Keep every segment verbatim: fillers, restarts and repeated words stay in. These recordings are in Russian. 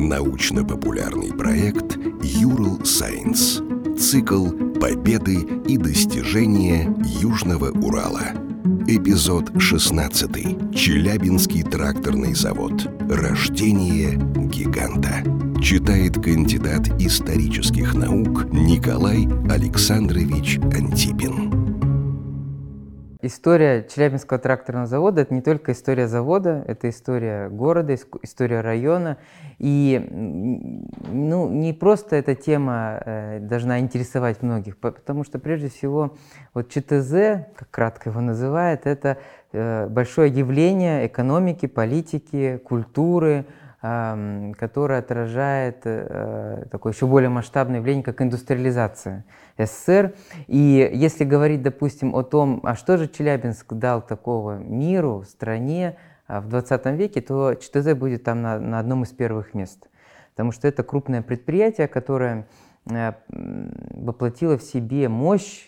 Научно-популярный проект «Юрл Сайенс». Цикл «Победы и достижения Южного Урала». Эпизод шестнадцатый. Челябинский тракторный завод. Рождение гиганта. Читает кандидат исторических наук Николай Александрович Антипин. История Челябинского тракторного завода – это не только история завода, это история города, история района. И ну, не просто эта тема э, должна интересовать многих, потому что прежде всего вот ЧТЗ, как кратко его называют, это э, большое явление экономики, политики, культуры, э, которое отражает э, такое еще более масштабное явление, как индустриализация СССР. И если говорить, допустим, о том, а что же Челябинск дал такого миру, стране в двадцатом веке, то ЧТЗ будет там на, на одном из первых мест. Потому что это крупное предприятие, которое воплотило в себе мощь,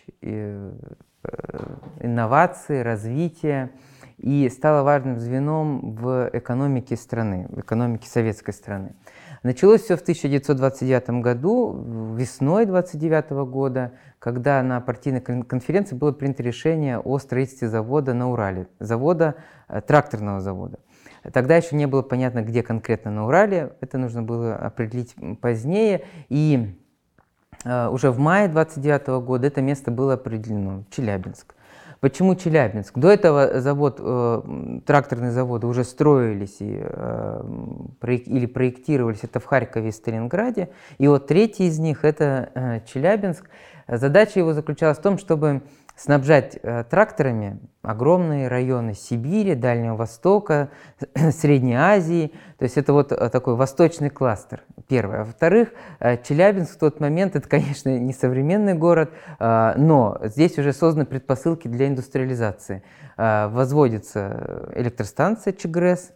инновации, развитие и стало важным звеном в экономике страны, в экономике советской страны. Началось все в тысяча девятьсот двадцать девятом году, весной двадцать девятого года, когда на партийной конференции было принято решение о строительстве завода на Урале, завода, тракторного завода. Тогда еще не было понятно, где конкретно на Урале, это нужно было определить позднее, и уже в мае двадцать девятого года это место было определено – Челябинск. Почему Челябинск? До этого завод, э, тракторные заводы уже строились и, э, проек, или проектировались, это в Харькове и Сталинграде. И вот третий из них – это э, Челябинск. Задача его заключалась в том, чтобы снабжать э, тракторами огромные районы Сибири, Дальнего Востока, Средней Азии. То есть это вот такой восточный кластер, первое. А во-вторых, э, Челябинск в тот момент, это, конечно, не современный город, э, но здесь уже созданы предпосылки для индустриализации. Э, возводится электростанция ЧГРЭС.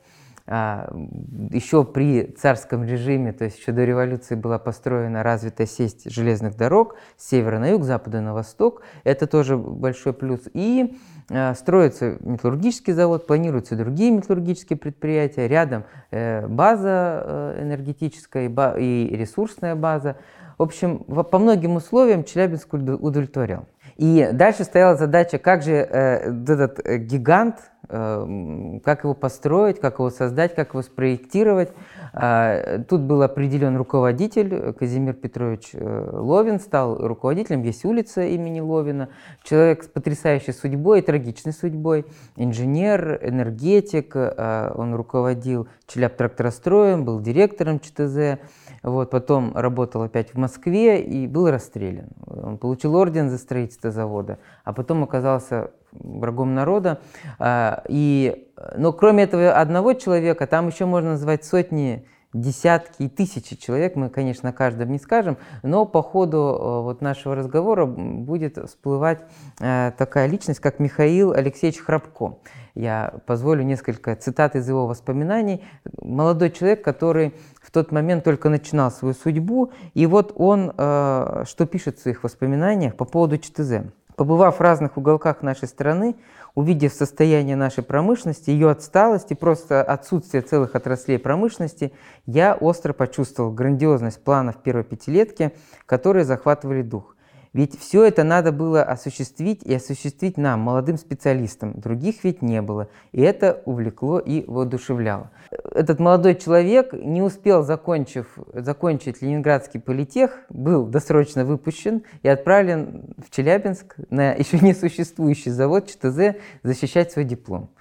Еще при царском режиме, то есть еще до революции, была построена развитая сеть железных дорог с севера на юг, с запада на восток. Это тоже большой плюс. И э, строится металлургический завод, планируются другие металлургические предприятия. Рядом э, база э, энергетическая и, ба и ресурсная база. В общем, по многим условиям Челябинск удовлетворял. И дальше стояла задача, как же э, этот э, гигант, э, как его построить, как его создать, как его спроектировать. Э, тут был определен руководитель, Казимир Петрович э, Ловин стал руководителем, есть улица имени Ловина. Человек с потрясающей судьбой и трагичной судьбой, инженер, энергетик, э, он руководил Челябтракторостроем, был директором ЧТЗ. Вот, потом работал опять в Москве и был расстрелян. Он получил орден за строительство завода, а потом оказался врагом народа. И, но кроме этого одного человека, там еще можно назвать сотни, десятки и тысячи человек. Мы, конечно, о каждом не скажем, но по ходу вот нашего разговора будет всплывать такая личность, как Михаил Алексеевич Храбко. Я позволю несколько цитат из его воспоминаний. Молодой человек, который в тот момент только начинал свою судьбу, и вот он, э, что пишет в своих воспоминаниях по поводу ЧТЗ. «Побывав в разных уголках нашей страны, увидев состояние нашей промышленности, ее отсталость и просто отсутствие целых отраслей промышленности, я остро почувствовал грандиозность планов первой пятилетки, которые захватывали дух. Ведь все это надо было осуществить и осуществить нам, молодым специалистам. Других ведь не было. И это увлекло и воодушевляло». Этот молодой человек, не успел, закончив, закончить Ленинградский политех, был досрочно выпущен и отправлен в Челябинск на еще не существующий завод ЧТЗ защищать свой диплом.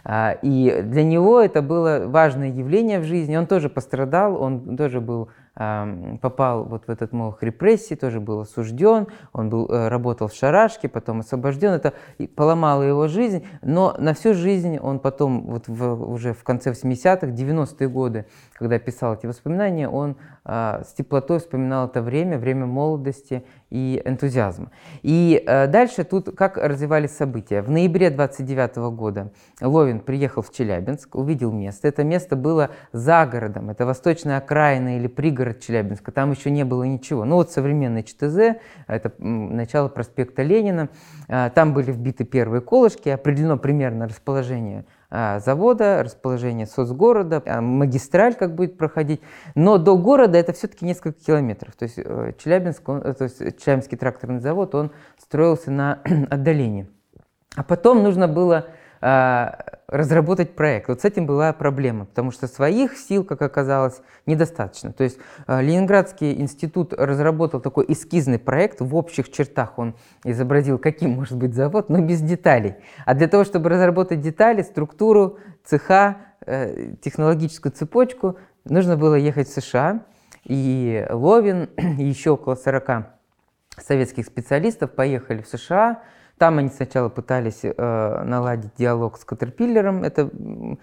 И для него это было важное явление в жизни. Он тоже пострадал, он тоже был, попал вот в этот молох репрессий, тоже был осужден, он был, работал в шарашке, потом освобожден. Это поломало его жизнь, но на всю жизнь он потом, вот в, уже в конце восьмидесятых, девяностые годы, когда писал эти воспоминания, он а, с теплотой вспоминал это время, время молодости и энтузиазма. И а, дальше тут как развивались события. В ноябре двадцать девятого года Ловин приехал в Челябинск, увидел место. Это место было за городом, это восточная окраина или пригород Челябинска, там еще не было ничего. Ну вот современный ЧТЗ, это начало проспекта Ленина, там были вбиты первые колышки, определено примерно расположение завода, расположение соцгорода, магистраль как будет проходить. Но до города это все-таки несколько километров. То есть, Челябинск, он, то есть Челябинский тракторный завод, он строился на отдалении. А потом нужно было разработать проект. Вот с этим была проблема, потому что своих сил, как оказалось, недостаточно. То есть Ленинградский институт разработал такой эскизный проект, в общих чертах он изобразил, каким может быть завод, но без деталей. А для того, чтобы разработать детали, структуру, цеха, технологическую цепочку, нужно было ехать в США. И Ловин, и еще около сорока советских специалистов поехали в США. Там они сначала пытались э, наладить диалог с Caterpillar, это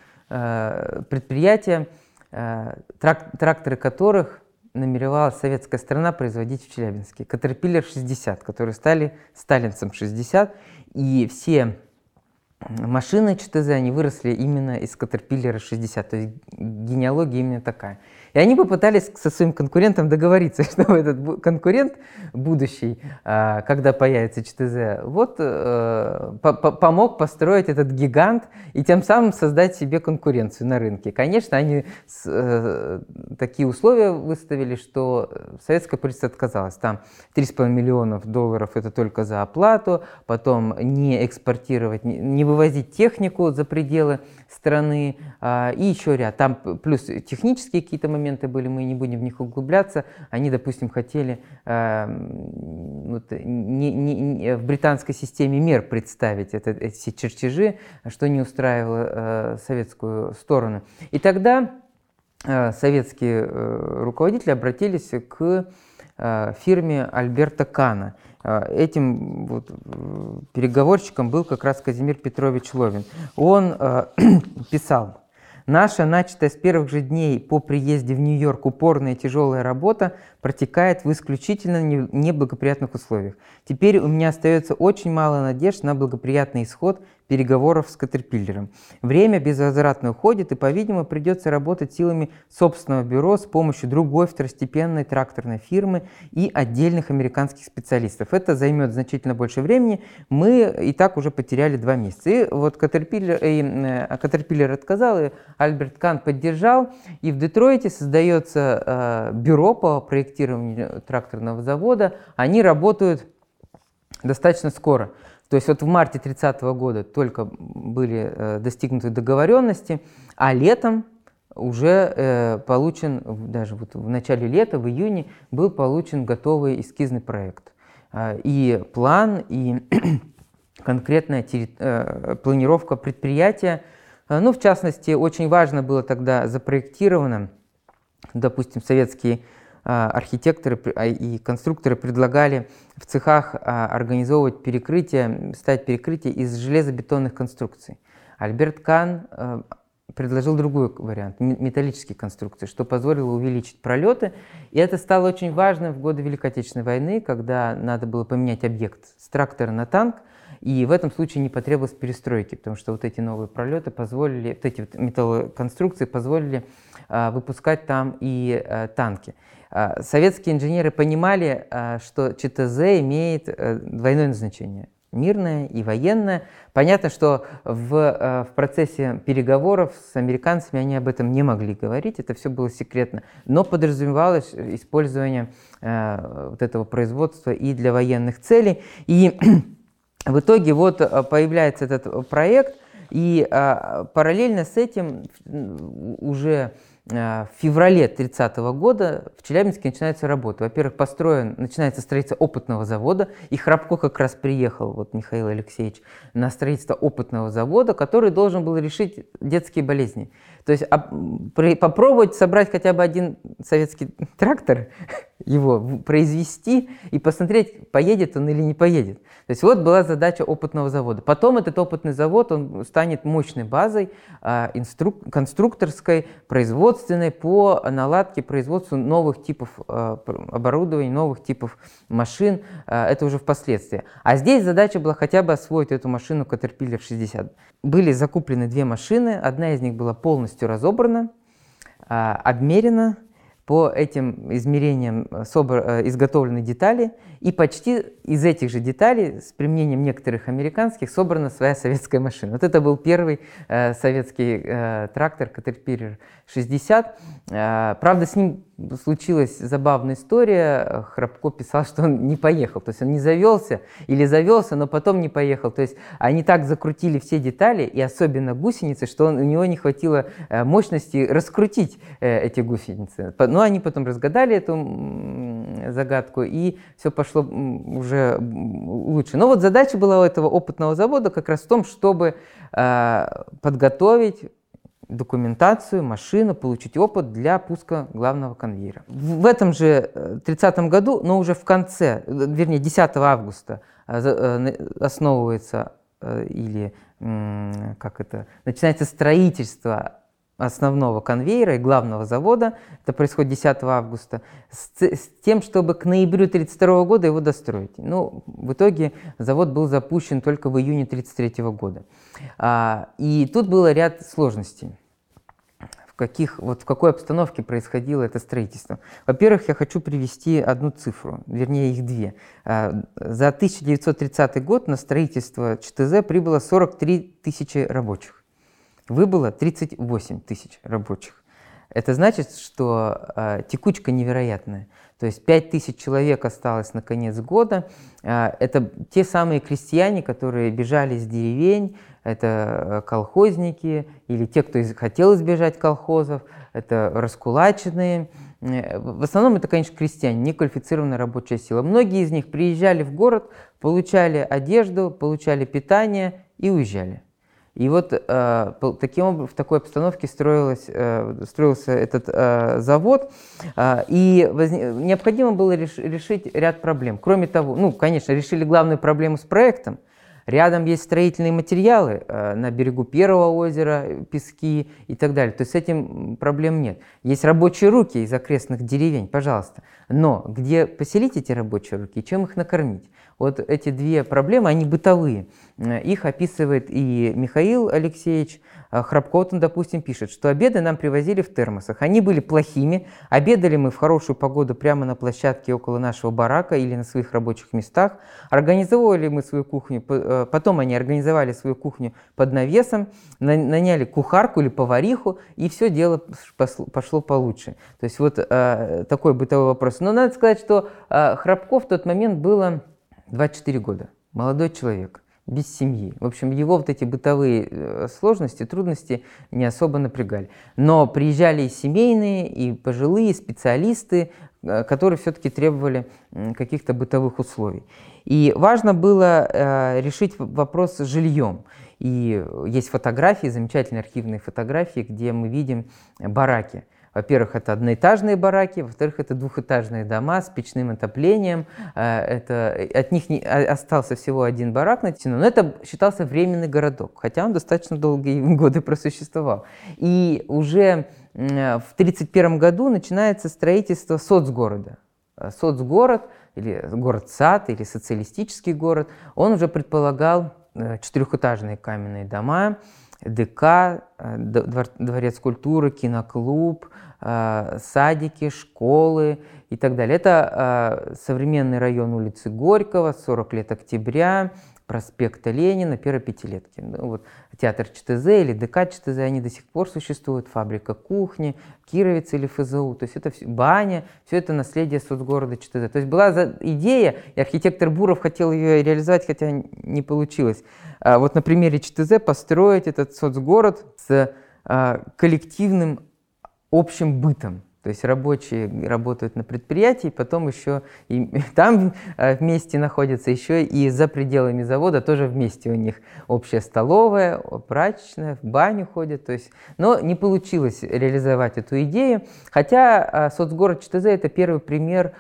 э, предприятие, э, трак, тракторы которых намеревалась советская страна производить в Челябинске. Caterpillar шестьдесят, которые стали сталинцем шестьдесят, и все машины ЧТЗ, они выросли именно из Caterpillar шестьдесят, то есть генеалогия именно такая. И они попытались со своим конкурентом договориться, что этот конкурент будущий, когда появится ЧТЗ, вот помог построить этот гигант и тем самым создать себе конкуренцию на рынке. Конечно, они такие условия выставили, что советское правительство отказалось. Там три с половиной миллионов долларов это только за оплату, потом не экспортировать, не вывозить технику за пределы страны и еще ряд. Там плюс технические какие-то моменты были, мы не будем в них углубляться. Они, допустим, хотели э, вот, не, не, не, в британской системе мер представить это, эти чертежи, что не устраивало э, советскую сторону. И тогда э, советские э, руководители обратились к э, фирме Альберта Кана. Этим вот переговорщиком был как раз Казимир Петрович Ловин. Он э, писал: «Наша, начатая с первых же дней по приезде в Нью-Йорк упорная и тяжелая работа протекает в исключительно неблагоприятных условиях. Теперь у меня остается очень мало надежд на благоприятный исход переговоров с Caterpillar. Время безвозвратно уходит, и, по-видимому, придется работать силами собственного бюро с помощью другой второстепенной тракторной фирмы и отдельных американских специалистов. Это займет значительно больше времени. Мы и так уже потеряли два месяца». И вот Caterpillar, и, э, Caterpillar отказал, и Альберт Кан поддержал, и в Детройте создается э, бюро по проектированию тракторного завода. Они работают достаточно скоро. То есть вот в марте тридцатого года только были э, достигнуты договоренности, а летом уже э, получен, даже вот в начале лета, в июне, был получен готовый эскизный проект. Э, и план, и конкретная терри, э, планировка предприятия. Э, ну, в частности, очень важно было тогда запроектировано, допустим, советские архитекторы и конструкторы предлагали в цехах организовывать перекрытие, ставить перекрытие из железобетонных конструкций. Альберт Кан предложил другой вариант, металлические конструкции, что позволило увеличить пролеты. И это стало очень важным в годы Великой Отечественной войны, когда надо было поменять объект с трактора на танк. И в этом случае не потребовалось перестройки, потому что вот эти новые пролеты позволили, вот эти вот металлоконструкции позволили а, выпускать там и а, танки. А, советские инженеры понимали, а, что ЧТЗ имеет а, двойное назначение – мирное и военное. Понятно, что в, а, в процессе переговоров с американцами они об этом не могли говорить, это все было секретно, но подразумевалось использование а, вот этого производства и для военных целей. И в итоге вот появляется этот проект, и а, параллельно с этим уже а, в феврале тридцатого года в Челябинске начинается работа. Во-первых, построен, начинается строительство опытного завода, и Храпко как раз приехал, вот Михаил Алексеевич, на строительство опытного завода, который должен был решить детские болезни. То есть а, при, попробовать собрать хотя бы один советский трактор, его произвести и посмотреть, поедет он или не поедет. То есть вот была задача опытного завода. Потом этот опытный завод он станет мощной базой а, инструк, конструкторской, производственной по наладке производству новых типов а, оборудования, новых типов машин. А, это уже впоследствии. А здесь задача была хотя бы освоить эту машину Caterpillar шестьдесят. Были закуплены две машины, одна из них была полностью разобрана, а, обмерена, по этим измерениям собр... изготовлены детали, и почти из этих же деталей, с применением некоторых американских, собрана своя советская машина. Вот это был первый э, советский э, трактор Caterpillar шестьдесят. Э, правда, с ним случилась забавная история. Храпко писал, что он не поехал. То есть он не завелся или завелся, но потом не поехал. То есть они так закрутили все детали, и особенно гусеницы, что он, у него не хватило э, мощности раскрутить э, эти гусеницы. Но они потом разгадали эту м, загадку, и все пошло уже лучше. Но вот задача была у этого опытного завода как раз в том, чтобы э, подготовить документацию, машину, получить опыт для пуска главного конвейера. В этом же тридцатом году, но уже в конце, вернее, десятого августа основывается или как это, начинается строительство основного конвейера и главного завода. Это происходит десятого августа, с, с тем, чтобы к ноябрю тридцать второго года его достроить. Ну, в итоге завод был запущен только в июне тридцать третьего года. А, и тут был ряд сложностей. В, каких, вот в какой обстановке происходило это строительство. Во-первых, я хочу привести одну цифру, вернее их две. А, за тысяча девятьсот тридцатый год на строительство ЧТЗ прибыло сорок три тысячи рабочих. Выбыло тридцать восемь тысяч рабочих. Это значит, что э, текучка невероятная. То есть пять тысяч человек осталось на конец года. Э, это те самые крестьяне, которые бежали из деревень, это колхозники или те, кто из, хотел избежать колхозов, это раскулаченные. В основном это, конечно, крестьяне, неквалифицированная рабочая сила. Многие из них приезжали в город, получали одежду, получали питание и уезжали. И вот э, таким образом, в такой обстановке строилось, э, строился этот э, завод, э, и возне... необходимо было реш... решить ряд проблем. Кроме того, ну, конечно, решили главную проблему с проектом. Рядом есть строительные материалы, э, на берегу Первого озера, пески и так далее. То есть с этим проблем нет. Есть рабочие руки из окрестных деревень, пожалуйста. Но где поселить эти рабочие руки и чем их накормить? Вот эти две проблемы, они бытовые. Их описывает и Михаил Алексеевич Храпко. Он, допустим, пишет, что обеды нам привозили в термосах. Они были плохими. Обедали мы в хорошую погоду прямо на площадке около нашего барака или на своих рабочих местах. Организовывали мы свою кухню, потом они организовали свою кухню под навесом, наняли кухарку или повариху, и все дело пошло получше. То есть вот такой бытовой вопрос. Но надо сказать, что Храпко в тот момент было двадцать четыре года. Молодой человек, без семьи. В общем, его вот эти бытовые сложности, трудности не особо напрягали. Но приезжали и семейные, и пожилые специалисты, которые все-таки требовали каких-то бытовых условий. И важно было э, решить вопрос с жильем. И есть фотографии, замечательные архивные фотографии, где мы видим бараки. Во-первых, это одноэтажные бараки, во-вторых, это двухэтажные дома с печным отоплением. Это, от них не, остался всего один барак на стену, но это считался временный городок, хотя он достаточно долгие годы просуществовал. И уже в тысяча девятьсот тридцать первом году начинается строительство соцгорода. Соцгород, или город-сад, или социалистический город, он уже предполагал четырехэтажные каменные дома, ДК, дворец культуры, киноклуб, садики, школы и так далее. Это современный район улицы Горького, сорок лет октября, проспекта Ленина, первой пятилетки. Ну, вот, театр ЧТЗ или ДК ЧТЗ, они до сих пор существуют, фабрика кухни, Кировец или ФЗУ, то есть это все, баня, все это наследие соцгорода ЧТЗ. То есть была идея, и архитектор Буров хотел ее реализовать, хотя не получилось. А вот на примере ЧТЗ построить этот соцгород с а, коллективным общим бытом. То есть рабочие работают на предприятии, потом еще и там вместе находятся, еще и за пределами завода тоже вместе у них общая столовая, прачечная, в баню ходят. То есть, но не получилось реализовать эту идею, хотя соцгород ЧТЗ – это первый пример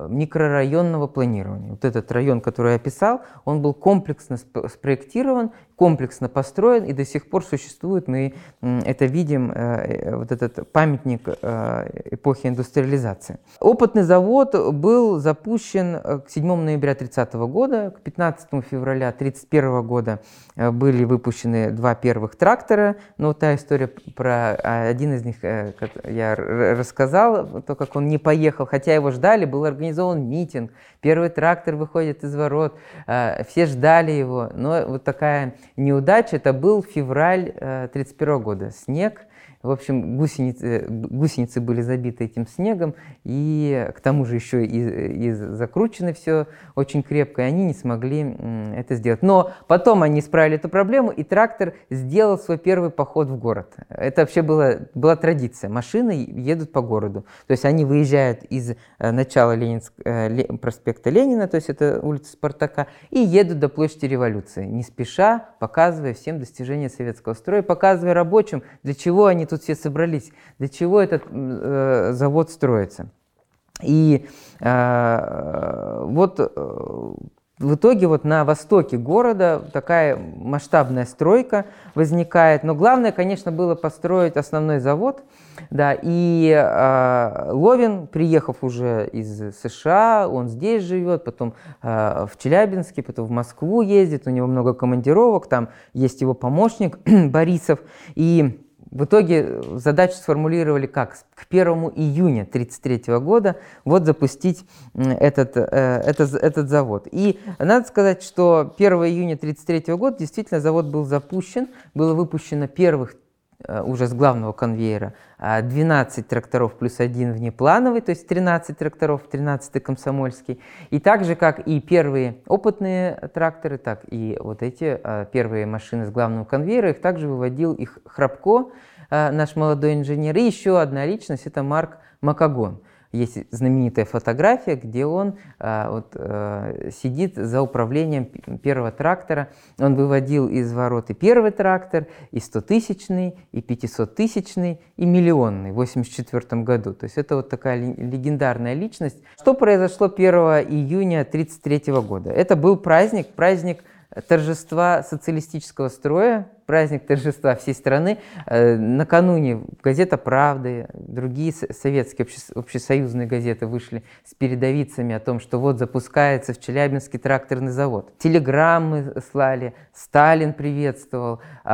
микрорайонного планирования. Вот этот район, который я описал, он был комплексно спроектирован, комплексно построен и до сих пор существует. Мы это видим, вот этот памятник эпохи индустриализации. Опытный завод был запущен к седьмому ноября тридцатого года, к пятнадцатому февраля тридцать первого года были выпущены два первых трактора. Но та история про один из них я рассказал, то, как он не поехал, хотя его ждали, был организован митинг, первый трактор выходит из ворот, все ждали его, но вот такая неудача. Это был февраль тридцать первого года, снег. В общем, гусеницы, гусеницы были забиты этим снегом, и к тому же еще и, и закручено все очень крепко, и они не смогли это сделать. Но потом они исправили эту проблему, и трактор сделал свой первый поход в город. Это вообще была, была традиция. Машины едут по городу. То есть они выезжают из начала Ленинск, проспекта Ленина, то есть это улица Спартака, и едут до площади Революции, не спеша, показывая всем достижения советского строя, показывая рабочим, для чего они тут все собрались, для чего этот э, завод строится. И э, вот э, в итоге вот на востоке города такая масштабная стройка возникает. Но главное, конечно, было построить основной завод. Да, и э, Ловин, приехав уже из США, он здесь живет, потом э, в Челябинске, потом в Москву ездит, у него много командировок, там есть его помощник Борисов. И в итоге задачу сформулировали как? К первому июня тридцать третьего года вот запустить этот, этот, этот завод. И надо сказать, что первого июня тридцать третьего года действительно завод был запущен, было выпущено первых уже с главного конвейера двенадцать тракторов плюс один внеплановый, то есть тринадцать тракторов, тринадцатый комсомольский. И так же, как и первые опытные тракторы, так и вот эти первые машины с главного конвейера, их также выводил их Храпко, наш молодой инженер. И еще одна личность – это Марк Макагон. Есть знаменитая фотография, где он а, вот, а, сидит за управлением первого трактора. Он выводил из ворот и первый трактор, и стотысячный, и пятисоттысячный, и миллионный в восемьдесят четвёртом году. То есть это вот такая легендарная личность. Что произошло первого июня тридцать третьего года? Это был праздник, праздник торжества социалистического строя, праздник торжества всей страны. Накануне газета «Правда», другие советские общесоюзные газеты вышли с передовицами о том, что вот запускается в Челябинске тракторный завод. Телеграммы слали, Сталин приветствовал.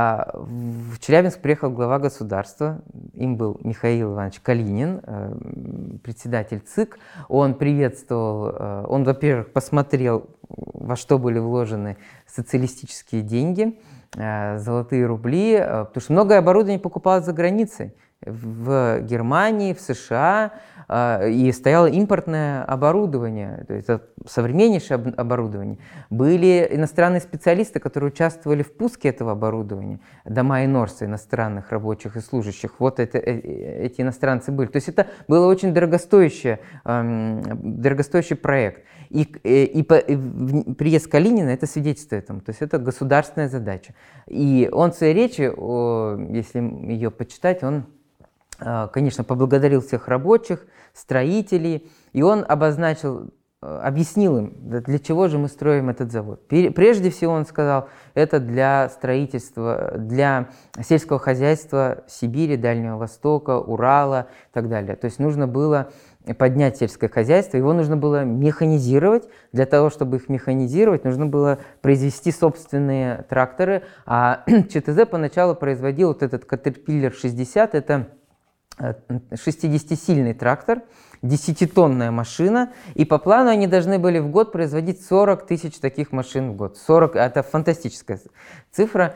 В Челябинск приехал глава государства, им был Михаил Иванович Калинин, председатель ЦИК. Он приветствовал, он, во-первых, посмотрел, во что были вложены социалистические деньги, золотые рубли, потому что многое оборудование покупалось за границей, в Германии, в США, и стояло импортное оборудование, то есть современнейшее оборудование. Были иностранные специалисты, которые участвовали в пуске этого оборудования, дома Инорса, иностранных рабочих и служащих, вот это, эти иностранцы были. То есть это был очень дорогостоящий, дорогостоящий проект. И, и, и, и приезд Калинина – это свидетельство этому, то есть это государственная задача. И он в своей речи, если ее почитать, он, конечно, поблагодарил всех рабочих, строителей, и он обозначил, объяснил им, для чего же мы строим этот завод. Прежде всего, он сказал, это для строительства, для сельского хозяйства Сибири, Дальнего Востока, Урала и так далее. То есть нужно было поднять сельское хозяйство, его нужно было механизировать. Для того, чтобы их механизировать, нужно было произвести собственные тракторы. А ЧТЗ поначалу производил вот этот Caterpillar шестьдесят, это шестидесятисильный трактор, десятитонная машина, и по плану они должны были в год производить сорок тысяч таких машин в год. сорок, это фантастическая цифра,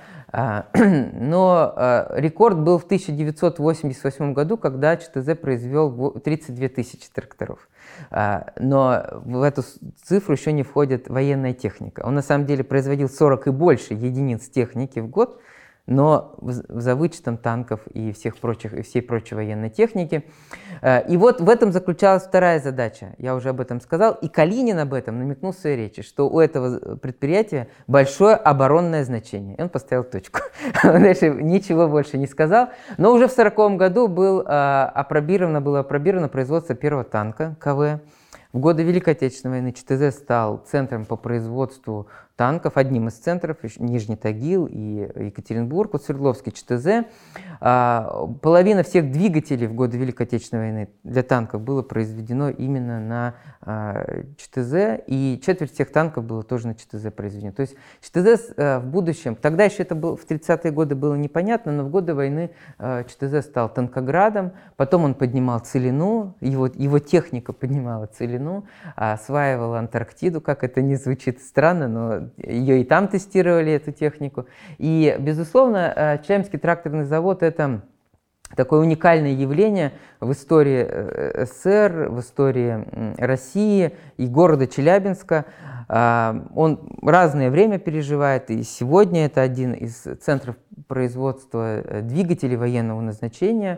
но рекорд был в тысяча девятьсот восемьдесят восьмом году, когда ЧТЗ произвел тридцать две тысячи тракторов. Но в эту цифру еще не входит военная техника. Он на самом деле производил сорок и больше единиц техники в год, но за вычетом танков и всех прочих, и всей прочей военной техники. И вот в этом заключалась вторая задача, я уже об этом сказал, и Калинин об этом намекнул в своей речи, что у этого предприятия большое оборонное значение. И он поставил точку. Он дальше ничего больше не сказал, но уже в сороковом году был апробировано, было апробировано производство первого танка КВ. В годы Великой Отечественной войны ЧТЗ стал центром по производству танков, одним из центров, Нижний Тагил и Екатеринбург, вот Свердловский ЧТЗ. Половина всех двигателей в годы Великой Отечественной войны для танков было произведено именно на ЧТЗ, и четверть всех танков было тоже на ЧТЗ произведено. То есть ЧТЗ в будущем, тогда еще это было, в тридцатые годы было непонятно, но в годы войны ЧТЗ стал танкоградом, потом он поднимал Целину, его, его техника поднимала Целину, осваивала Антарктиду, как это не звучит странно, но ее и там тестировали, эту технику. И, безусловно, Челябинский тракторный завод — это такое уникальное явление в истории СССР, в истории России и города Челябинска. Он разное время переживает, и сегодня это один из центров производства двигателей военного назначения.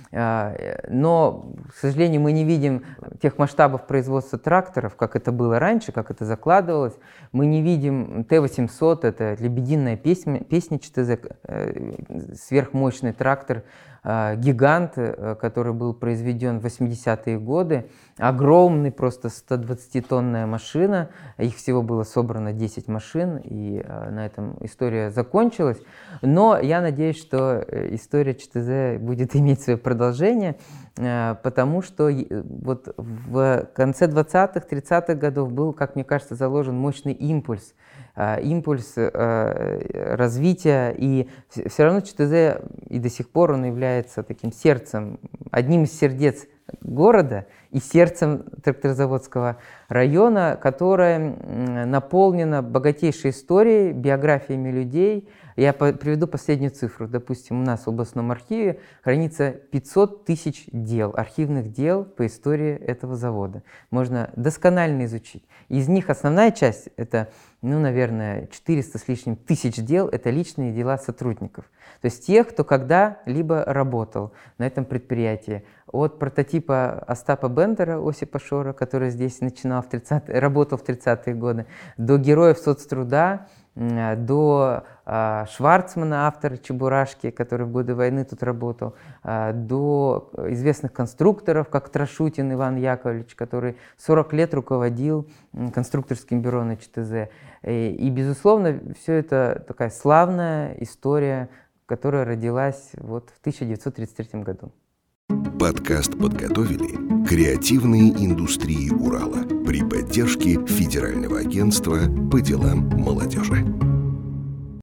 Но, к сожалению, мы не видим тех масштабов производства тракторов, как это было раньше, как это закладывалось. Мы не видим Т восемьсот, это лебединая песня, песня ЧТЗ, сверхмощный трактор, гигант, который был произведен в восьмидесятые годы. Огромный, просто сто двадцатитонная машина. Их всего было собрано десять машин, и на этом история закончилась. Но я надеюсь, что история ЧТЗ будет иметь свое продолжение, потому что вот в конце двадцатых, тридцатых годов был, как мне кажется, заложен мощный импульс. импульс развития, и все равно ЧТЗ и до сих пор он является таким сердцем, одним из сердец города и сердцем тракторозаводского района, которое наполнено богатейшей историей, биографиями людей. Я приведу последнюю цифру. Допустим, у нас в областном архиве хранится пятьсот тысяч дел, архивных дел по истории этого завода. Можно досконально изучить. Из них основная часть — это, ну, наверное, четыреста с лишним тысяч дел — это личные дела сотрудников. То есть тех, кто когда-либо работал на этом предприятии. От прототипа Остапа Бендера, Осипа Шора, который здесь начинал в тридцатые, работал в тридцатые годы, до героев соцтруда, до а, Шварцмана, автора «Чебурашки», который в годы войны тут работал, а, до известных конструкторов, как Трашутин Иван Яковлевич, который сорок лет руководил конструкторским бюро на ЧТЗ. И, и безусловно, все это такая славная история, которая родилась вот в тысяча девятьсот тридцать третьем году. Подкаст подготовили креативные индустрии Урала при поддержке Федерального агентства по делам молодежи.